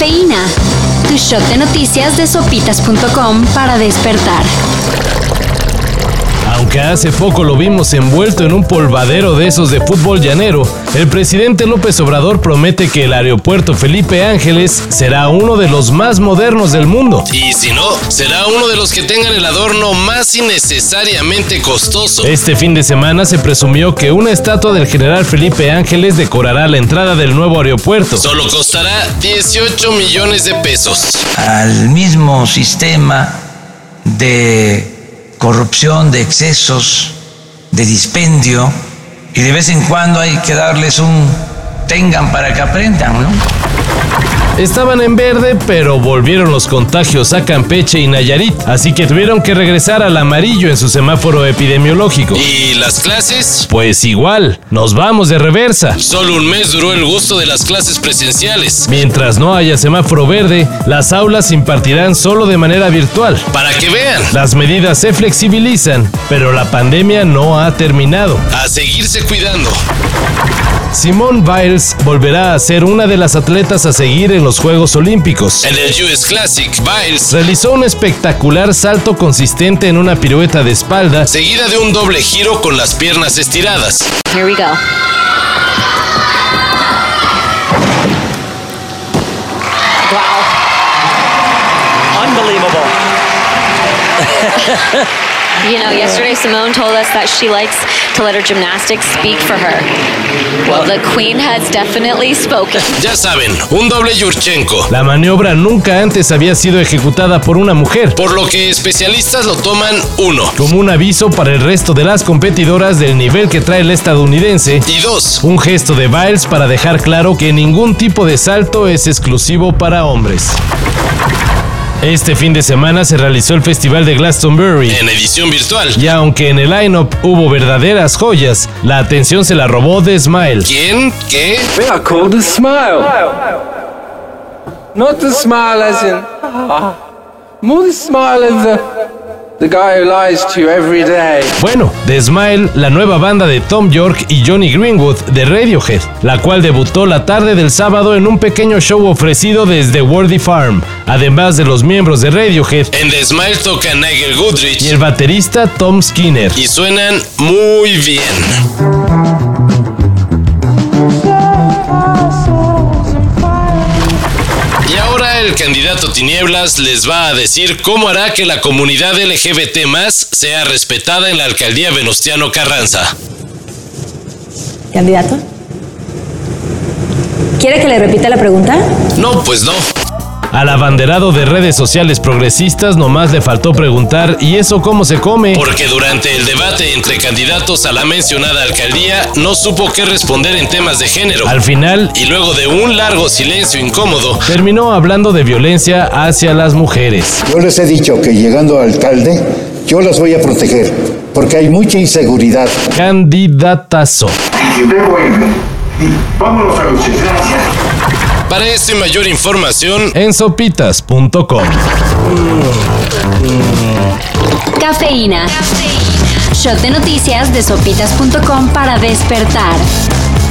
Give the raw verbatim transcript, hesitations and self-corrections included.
Cafeína, tu shot de noticias de sopitas punto com para despertar. Aunque hace poco lo vimos envuelto en un polvadero de esos de fútbol llanero, el presidente López Obrador promete que el aeropuerto Felipe Ángeles será uno de los más modernos del mundo. Y si no, será uno de los que tengan el adorno más innecesariamente costoso. Este fin de semana se presumió que una estatua del general Felipe Ángeles decorará la entrada del nuevo aeropuerto. Solo costará dieciocho millones de pesos. Al mismo sistema de corrupción, de excesos, de dispendio, y de vez en cuando hay que darles un tengan para que aprendan, ¿no? Estaban en verde, pero volvieron los contagios a Campeche y Nayarit, así que tuvieron que regresar al amarillo en su semáforo epidemiológico. ¿Y las clases? Pues igual, nos vamos de reversa. Solo un mes duró el gusto de las clases presenciales. Mientras no haya semáforo verde, las aulas se impartirán solo de manera virtual. Para que vean. Las medidas se flexibilizan, pero la pandemia no ha terminado. A seguirse cuidando. Simone Biles volverá a ser una de las atletas a seguir en los Juegos Olímpicos. En el U S Classic, Biles realizó un espectacular salto consistente en una pirueta de espalda, seguida de un doble giro con las piernas estiradas. Here we go. Wow. Unbelievable. You know, yesterday Simone told us that she likes to let her gymnastics speak for her. Well, the queen has definitely spoken. Ya saben, un doble Yurchenko. La maniobra nunca antes había sido ejecutada por una mujer, por lo que especialistas lo toman uno, como un aviso para el resto de las competidoras del nivel que trae el estadounidense, y dos, un gesto de Biles para dejar claro que ningún tipo de salto es exclusivo para hombres. Este fin de semana se realizó el Festival de Glastonbury en edición virtual. Y aunque en el line-up hubo verdaderas joyas, la atención se la robó The Smile. ¿Quién? ¿Qué? They are called The Smile. Not the smile as in... Ah, more the smile of the... The guy who lies to you every day. Bueno, The Smile, la nueva banda de Tom York y Johnny Greenwood de Radiohead, la cual debutó la tarde del sábado en un pequeño show ofrecido desde Wordy Farm, además de los miembros de Radiohead. En The Smile toca Nigel Godrich y el baterista Tom Skinner. Y suenan muy bien. El candidato Tinieblas les va a decir cómo hará que la comunidad L G B T más sea respetada en la alcaldía Venustiano Carranza. ¿Candidato? ¿Quiere que le repita la pregunta? No, pues no. Al abanderado de redes sociales progresistas nomás le faltó preguntar ¿y eso cómo se come? Porque durante el debate entre candidatos a la mencionada alcaldía no supo qué responder en temas de género. Al final, y luego de un largo silencio incómodo, terminó hablando de violencia hacia las mujeres. Yo les he dicho que llegando a alcalde, yo las voy a proteger, porque hay mucha inseguridad. Candidatazo. Vámonos a luchar. Gracias. Para esto y mayor información en sopitas punto com. Cafeína. Shot de noticias de sopitas punto com para despertar.